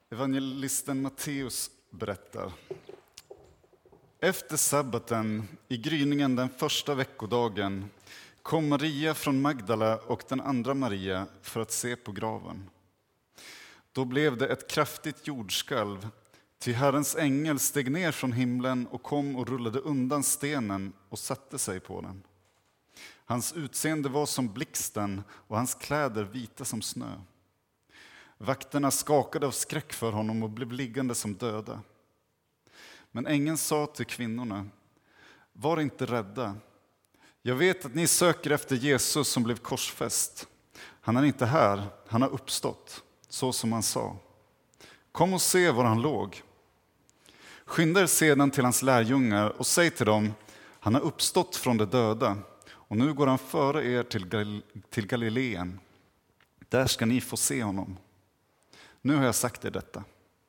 Evangelisten Matteus berättar. Efter sabbaten, i gryningen den första veckodagen, kom Maria från Magdala och den andra Maria för att se på graven. Då blev det ett kraftigt jordskalv, ty Herrens ängel steg ner från himlen och kom och rullade undan stenen och satte sig på den. Hans utseende var som blixten och hans kläder vita som snö. Vakterna skakade av skräck för honom och blev liggande som döda. Men ängeln sa till kvinnorna: var inte rädda. Jag vet att ni söker efter Jesus som blev korsfäst. Han är inte här, han har uppstått, så som han sa. Kom och se var han låg. Skynda er sedan till hans lärjungar och säg till dem: han har uppstått från de döda och nu går han före er till Galileen. Där ska ni få se honom. Nu har jag sagt er detta.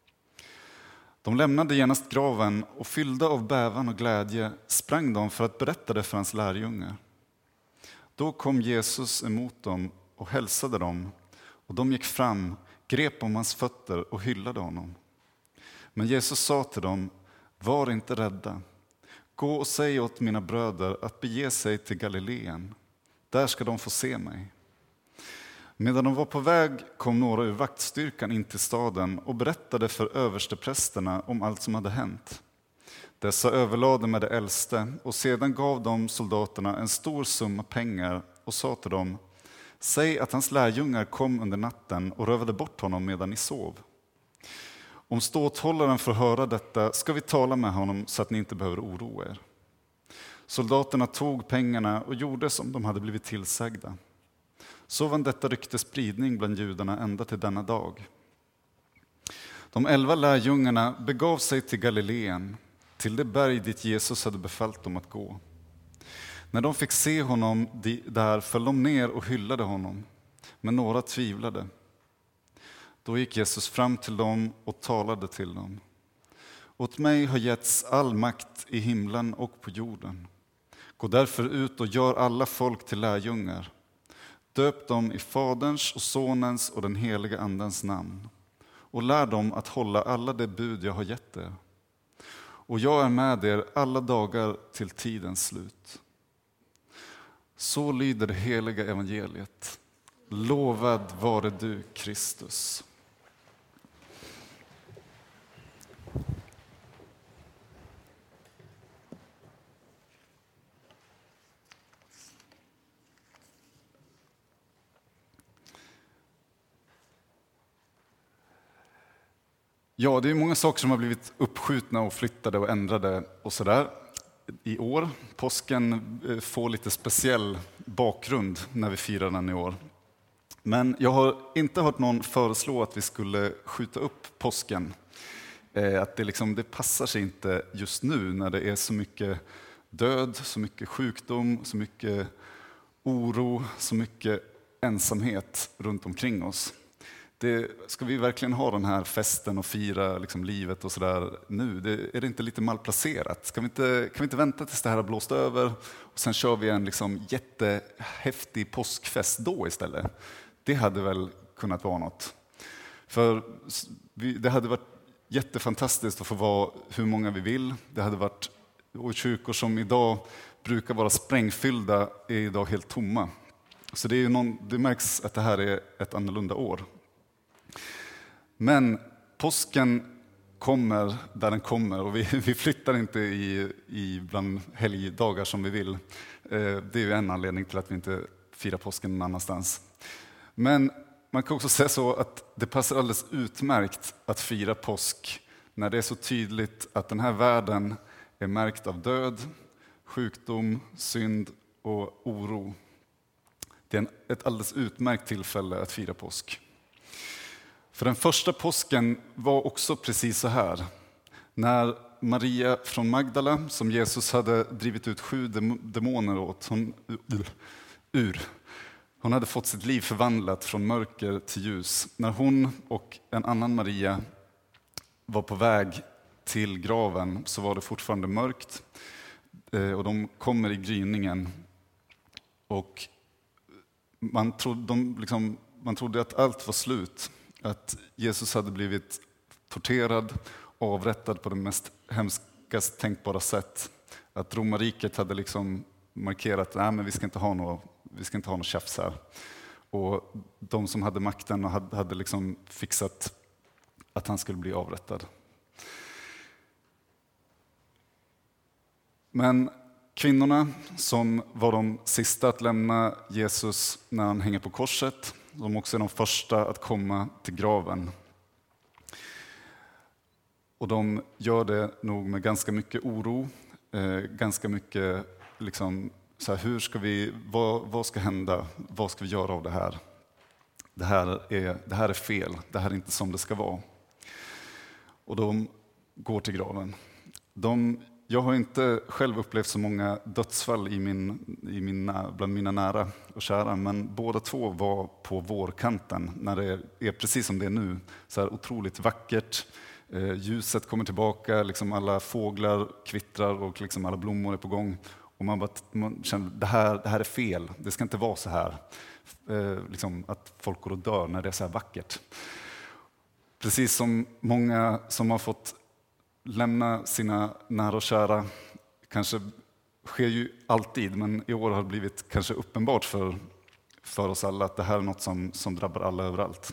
De lämnade genast graven och fyllda av bävan och glädje sprang de för att berätta det för hans lärjungar. Då kom Jesus emot dem och hälsade dem, och de gick fram, grep om hans fötter och hyllade honom. Men Jesus sa till dem: var inte rädda. Gå och säg åt mina bröder att bege sig till Galileen. Där ska de få se mig. Medan de var på väg kom några ur vaktstyrkan in till staden och berättade för översteprästerna om allt som hade hänt. Dessa överlade med de äldste och sedan gav de soldaterna en stor summa pengar och sa till dem: säg att hans lärjungar kom under natten och rövade bort honom medan ni sov. Om ståthållaren får höra detta ska vi tala med honom så att ni inte behöver oroa er. Soldaterna tog pengarna och gjorde som de hade blivit tillsagda. Så vann detta rykte spridning bland judarna ända till denna dag. De 11 lärjungarna begav sig till Galileen, till det berg dit Jesus hade befallt dem att gå. När de fick se honom där föll de ner och hyllade honom, men några tvivlade. Då gick Jesus fram till dem och talade till dem. Åt mig har getts all makt i himlen och på jorden. Gå därför ut och gör alla folk till lärjungar. Döp dem i Faderns och Sonens och den heliga Andens namn. Och lär dem att hålla alla de bud jag har gett er. Och jag är med er alla dagar till tidens slut. Så lyder det heliga evangeliet. Lovad vare du, Kristus. Ja, det är många saker som har blivit uppskjutna och flyttade och ändrade och sådär i år. Påsken får lite speciell bakgrund när vi firar den i år. Men jag har inte hört någon föreslå att vi skulle skjuta upp påsken. Att det passar sig inte just nu när det är så mycket död, så mycket sjukdom, så mycket oro, så mycket ensamhet runt omkring oss. Ska vi verkligen ha den här festen och fira livet och sådär nu? Är det inte lite malplacerat? Kan vi inte vänta tills det här har blåst över och sen kör vi en jättehäftig påskfest då istället? Det hade väl kunnat vara något. För det hade varit jättefantastiskt att få vara hur många vi vill. Det hade varit, och kyrkor som idag brukar vara sprängfyllda är idag helt tomma. Så det märks att det här är ett annorlunda år. Men påsken kommer där den kommer och vi flyttar inte bland helgdagar som vi vill. Det är ju en anledning till att vi inte firar påsken någon annanstans. Men man kan också säga så att det passar alldeles utmärkt att fira påsk när det är så tydligt att den här världen är märkt av död, sjukdom, synd och oro. Det är ett alldeles utmärkt tillfälle att fira påsk. För den första påsken var också precis så här. När Maria från Magdala, som Jesus hade drivit ut 7 demoner åt, hon hade fått sitt liv förvandlat från mörker till ljus. När hon och en annan Maria var på väg till graven så var det fortfarande mörkt. Och de kommer i gryningen. Och man trodde att allt var slut. Att Jesus hade blivit torterad, avrättad på det mest hemskast tänkbara sätt. Att romarriket hade liksom markerat att vi ska inte ha något tjafs här. Och de som hade makten hade liksom fixat att han skulle bli avrättad. Men kvinnorna som var de sista att lämna Jesus när han hänger på korset, de också är de första att komma till graven. Och de gör det nog med ganska mycket oro, ganska mycket liksom, så här, vad ska hända? Vad ska vi göra av det här? Det här är fel, det här är inte som det ska vara. Och de går till graven. Jag har inte själv upplevt så många dödsfall bland mina nära och kära, men båda två var på vårkanten när det är precis som det är nu. Så här otroligt vackert, ljuset kommer tillbaka, liksom alla fåglar kvittrar och liksom alla blommor är på gång. Och man känner det här är fel, det ska inte vara så här. Liksom att folk går och dör när det är så här vackert. Precis som många som har fått lämna sina nära och kära, kanske sker ju alltid, men i år har det blivit kanske uppenbart för oss alla att det här är något som drabbar alla överallt.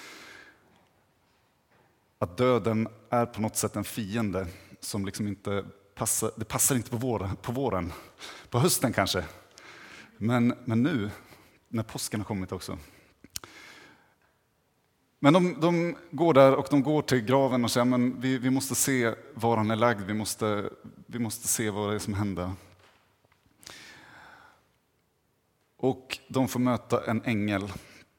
Att döden är på något sätt en fiende som liksom inte passar, det passar inte på våren, på hösten kanske. Men nu, när påsken har kommit också. Men de går där och de går till graven och säger men vi måste se var han är lagd, vi måste se vad det är som händer. Och de får möta en ängel.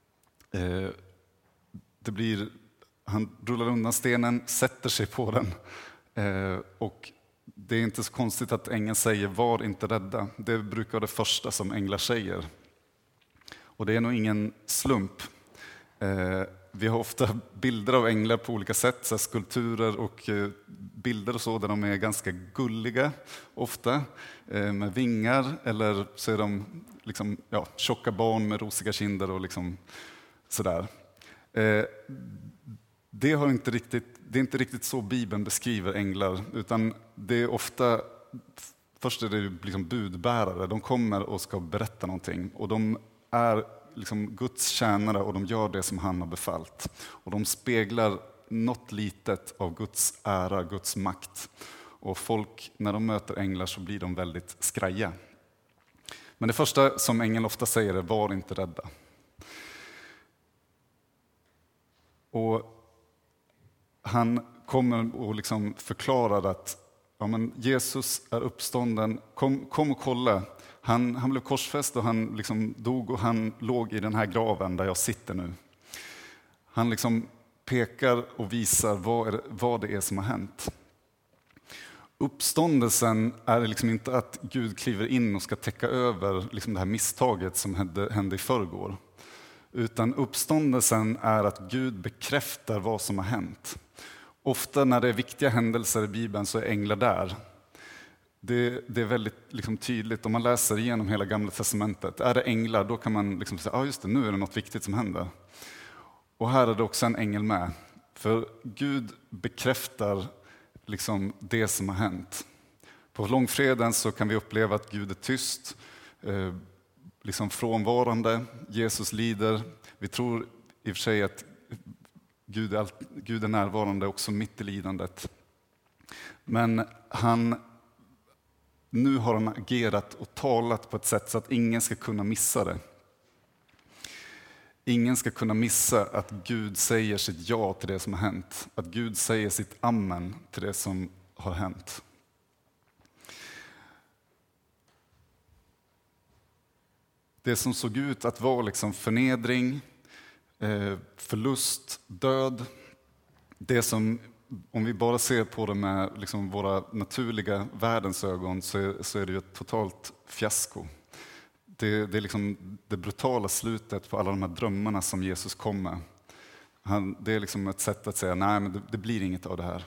Han rullar undan stenen, sätter sig på den. Och det är inte så konstigt att ängeln säger var inte rädda. Det brukar vara det första som änglar säger. Och det är nog ingen slump. Vi har ofta bilder av änglar på olika sätt, så skulpturer och bilder och så, där de är ganska gulliga ofta, med vingar, eller så är de liksom, tjocka barn med rosiga kinder och liksom sådär. Det är inte riktigt så Bibeln beskriver änglar, utan det är ofta, först är det liksom budbärare, de kommer och ska berätta någonting, och de är liksom Guds tjänare och de gör det som han har befallt. Och de speglar något litet av Guds ära, Guds makt. Och folk, när de möter änglar så blir de väldigt skraja. Men det första som ängeln ofta säger är var inte rädda. Och han kommer och liksom förklarar att Jesus är uppstånden, kom och kolla. Han blev korsfäst och han liksom dog och han låg i den här graven där jag sitter nu. Han liksom pekar och visar vad det är som har hänt. Uppståndelsen är liksom inte att Gud kliver in och ska täcka över liksom det här misstaget som hände i förrgår. Utan uppståndelsen är att Gud bekräftar vad som har hänt. Ofta när det är viktiga händelser i Bibeln så är änglar där. Det är väldigt liksom tydligt om man läser igenom hela Gamla testamentet. Är det änglar, då kan man liksom säga just det, nu är det något viktigt som händer. Och här är det också en ängel med. För Gud bekräftar liksom det som har hänt. På långfredagen så kan vi uppleva att Gud är tyst, liksom frånvarande. Jesus lider. Vi tror i och för sig att Gud är närvarande också mitt i lidandet. Men nu har han agerat och talat på ett sätt så att ingen ska kunna missa det. Ingen ska kunna missa att Gud säger sitt ja till det som har hänt. Att Gud säger sitt amen till det som har hänt. Det som såg ut att vara liksom förnedring, förlust, död. Det som, om vi bara ser på det med liksom våra naturliga världens ögon, så är det ju ett totalt fiasko. Det är liksom det brutala slutet på alla de här drömmarna som Jesus kom med. Det är liksom ett sätt att säga, nej men det blir inget av det här.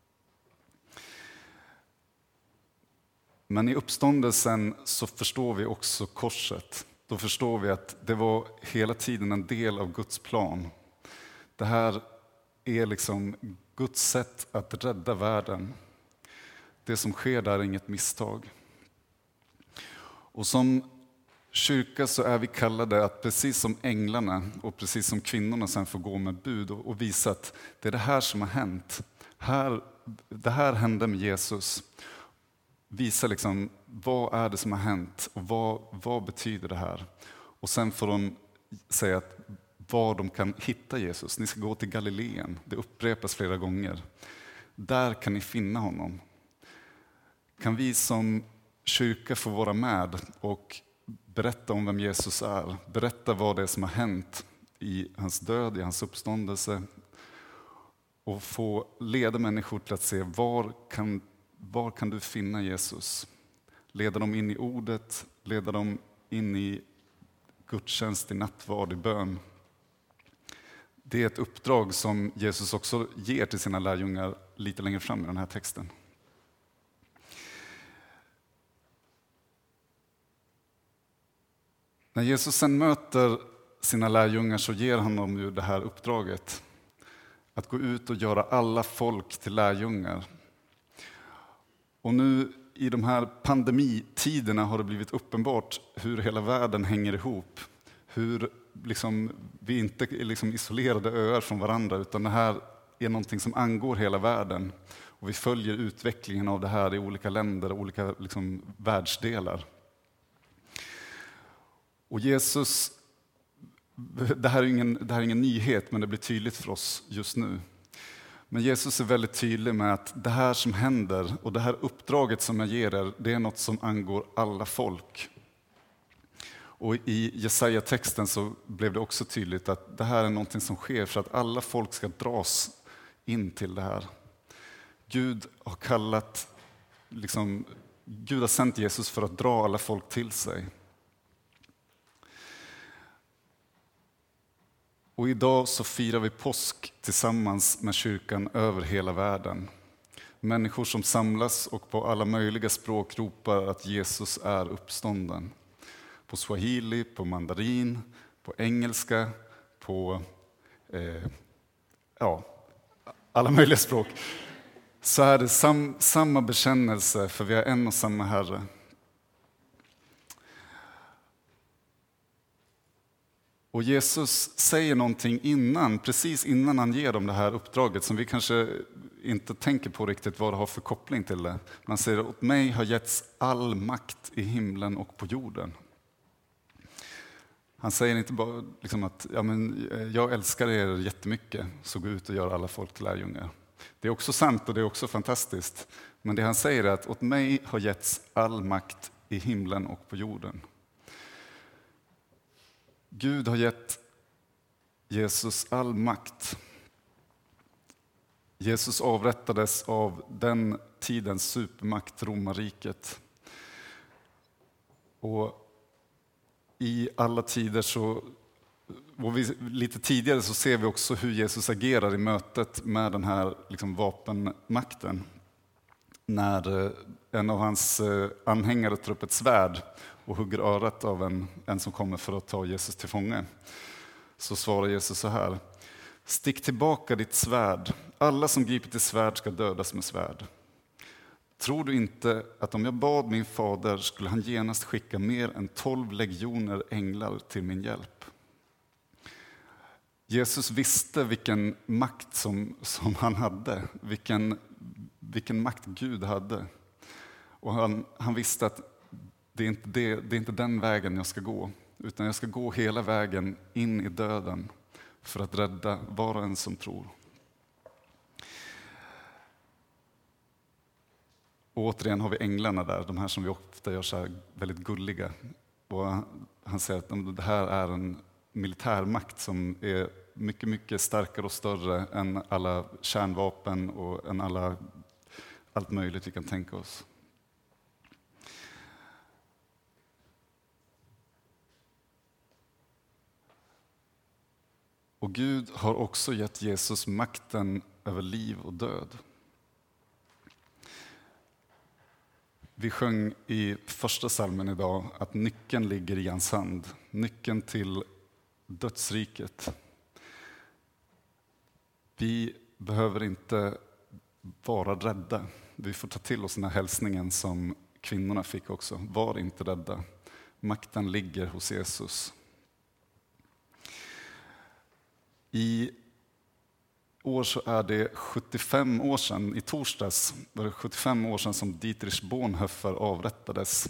Men i uppståndelsen så förstår vi också korset. Då förstår vi att det var hela tiden en del av Guds plan. Det här är liksom Guds sätt att rädda världen. Det som sker där är inget misstag. Och som kyrka så är vi kallade att precis som änglarna och precis som kvinnorna sen får gå med bud och visa att det är det här som har hänt. Det här hände med Jesus. Visa liksom, vad är det som har hänt och vad betyder det här? Och sen får de säga att var de kan hitta Jesus. Ni ska gå till Galileen. Det upprepas flera gånger. Där kan ni finna honom. Kan vi som kyrka få vara med och berätta om vem Jesus är. Berätta vad det är som har hänt i hans död, i hans uppståndelse. Och få leda människor till att se var kan du finna Jesus. Leda dem in i ordet, leda dem in i gudstjänst, i nattvard, i bön. Det är ett uppdrag som Jesus också ger till sina lärjungar lite längre fram i den här texten. När Jesus sen möter sina lärjungar så ger han dem ju det här uppdraget. Att gå ut och göra alla folk till lärjungar. Och nu i de här pandemitiderna har det blivit uppenbart hur hela världen hänger ihop. Hur liksom, vi inte är liksom isolerade öar från varandra utan det här är någonting som angår hela världen. Och vi följer utvecklingen av det här i olika länder och olika liksom, världsdelar. Och Jesus, det här är ingen nyhet men det blir tydligt för oss just nu. Men Jesus är väldigt tydlig med att det här som händer och det här uppdraget som jag ger er, det är något som angår alla folk. Och i Jesaja-texten så blev det också tydligt att det här är någonting som sker för att alla folk ska dras in till det här. Gud har sänt Jesus för att dra alla folk till sig. Och idag så firar vi påsk tillsammans med kyrkan över hela världen. Människor som samlas och på alla möjliga språk ropar att Jesus är uppstånden. På swahili, på mandarin, på engelska, på alla möjliga språk. Så är det samma bekännelse för vi är en och samma Herre. Och Jesus säger någonting precis innan han ger dem det här uppdraget som vi kanske inte tänker på riktigt vad det har för koppling till det. Man säger att åt mig har getts all makt i himlen och på jorden. Han säger inte bara liksom att jag älskar er jättemycket så gå ut och gör alla folk till lärjungar. Det är också sant och det är också fantastiskt. Men det han säger är att åt mig har getts all makt i himlen och på jorden. Gud har gett Jesus all makt. Jesus avrättades av den tidens supermakt, romarriket. Och i alla tider lite tidigare så ser vi också hur Jesus agerar i mötet med den här vapenmakten. När en av hans anhängare tar upp ett svärd och hugger örat av en som kommer för att ta Jesus till fånge. Så svarar Jesus så här: stick tillbaka ditt svärd. Alla som griper till svärd ska dödas med svärd. Tror du inte att om jag bad min fader skulle han genast skicka mer än 12 legioner änglar till min hjälp? Jesus visste vilken makt som han hade, vilken makt Gud hade. Och han visste att det är inte den vägen jag ska gå, utan jag ska gå hela vägen in i döden för att rädda var och en som tror. Och återigen har vi änglarna där, de här som vi ofta gör så här väldigt gulliga. Och han säger att det här är en militärmakt som är mycket, mycket starkare och större än alla kärnvapen och än allt möjligt vi kan tänka oss. Och Gud har också gett Jesus makten över liv och död. Vi sjöng i första psalmen idag att nyckeln ligger i hans hand. Nyckeln till dödsriket. Vi behöver inte vara rädda. Vi får ta till oss den här hälsningen som kvinnorna fick också. Var inte rädda. Makten ligger hos Jesus. I år så är det 75 år sedan, i torsdags var det 75 år sedan som Dietrich Bonhoeffer avrättades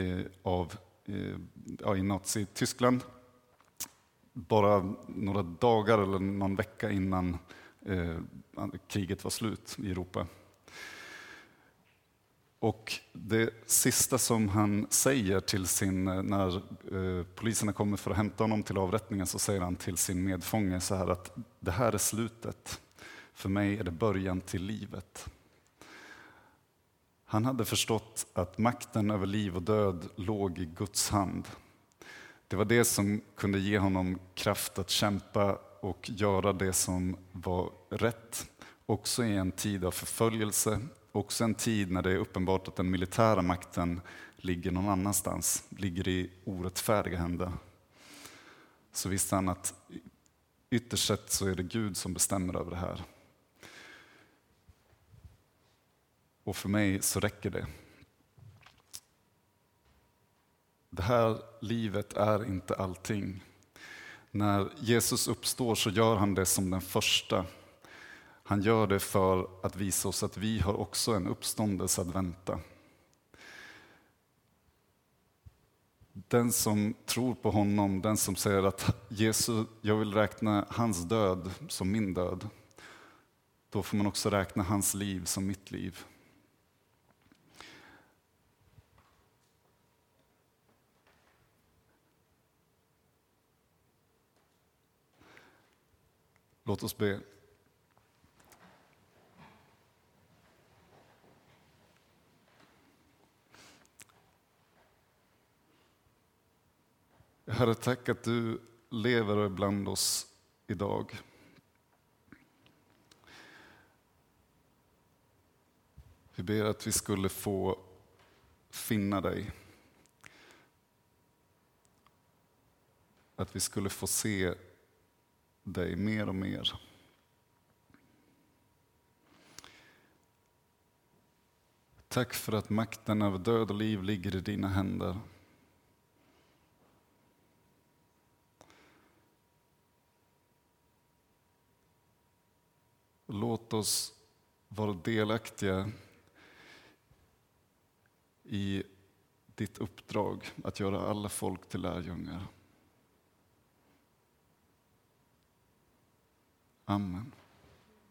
i Nazi-Tyskland. Bara några dagar eller någon vecka innan kriget var slut i Europa. Och det sista som han säger till när poliserna kommer för att hämta honom till avrättningen, så säger han till sin medfånge så här att det här är slutet. För mig är det början till livet. Han hade förstått att makten över liv och död låg i Guds hand. Det var det som kunde ge honom kraft att kämpa och göra det som var rätt. Också i en tid av förföljelse, också en tid när det är uppenbart att den militära makten ligger någon annanstans, ligger i orättfärdiga händer. Så visste han att ytterst sett så är det Gud som bestämmer över det här. Och för mig så räcker det. Det här livet är inte allting. När Jesus uppstår så gör han det som den första. Han gör det för att visa oss att vi har också en uppståndelse att vänta. Den som tror på honom, den som säger att Jesus, jag vill räkna hans död som min död, då får man också räkna hans liv som mitt liv. Låt oss be. Herre, tack att du lever bland oss idag. Vi ber att vi skulle få finna dig. Att vi skulle få se dig mer och mer. Tack för att makten över död och liv ligger i dina händer. Låt oss vara delaktiga i ditt uppdrag att göra alla folk till lärjungar. Amen.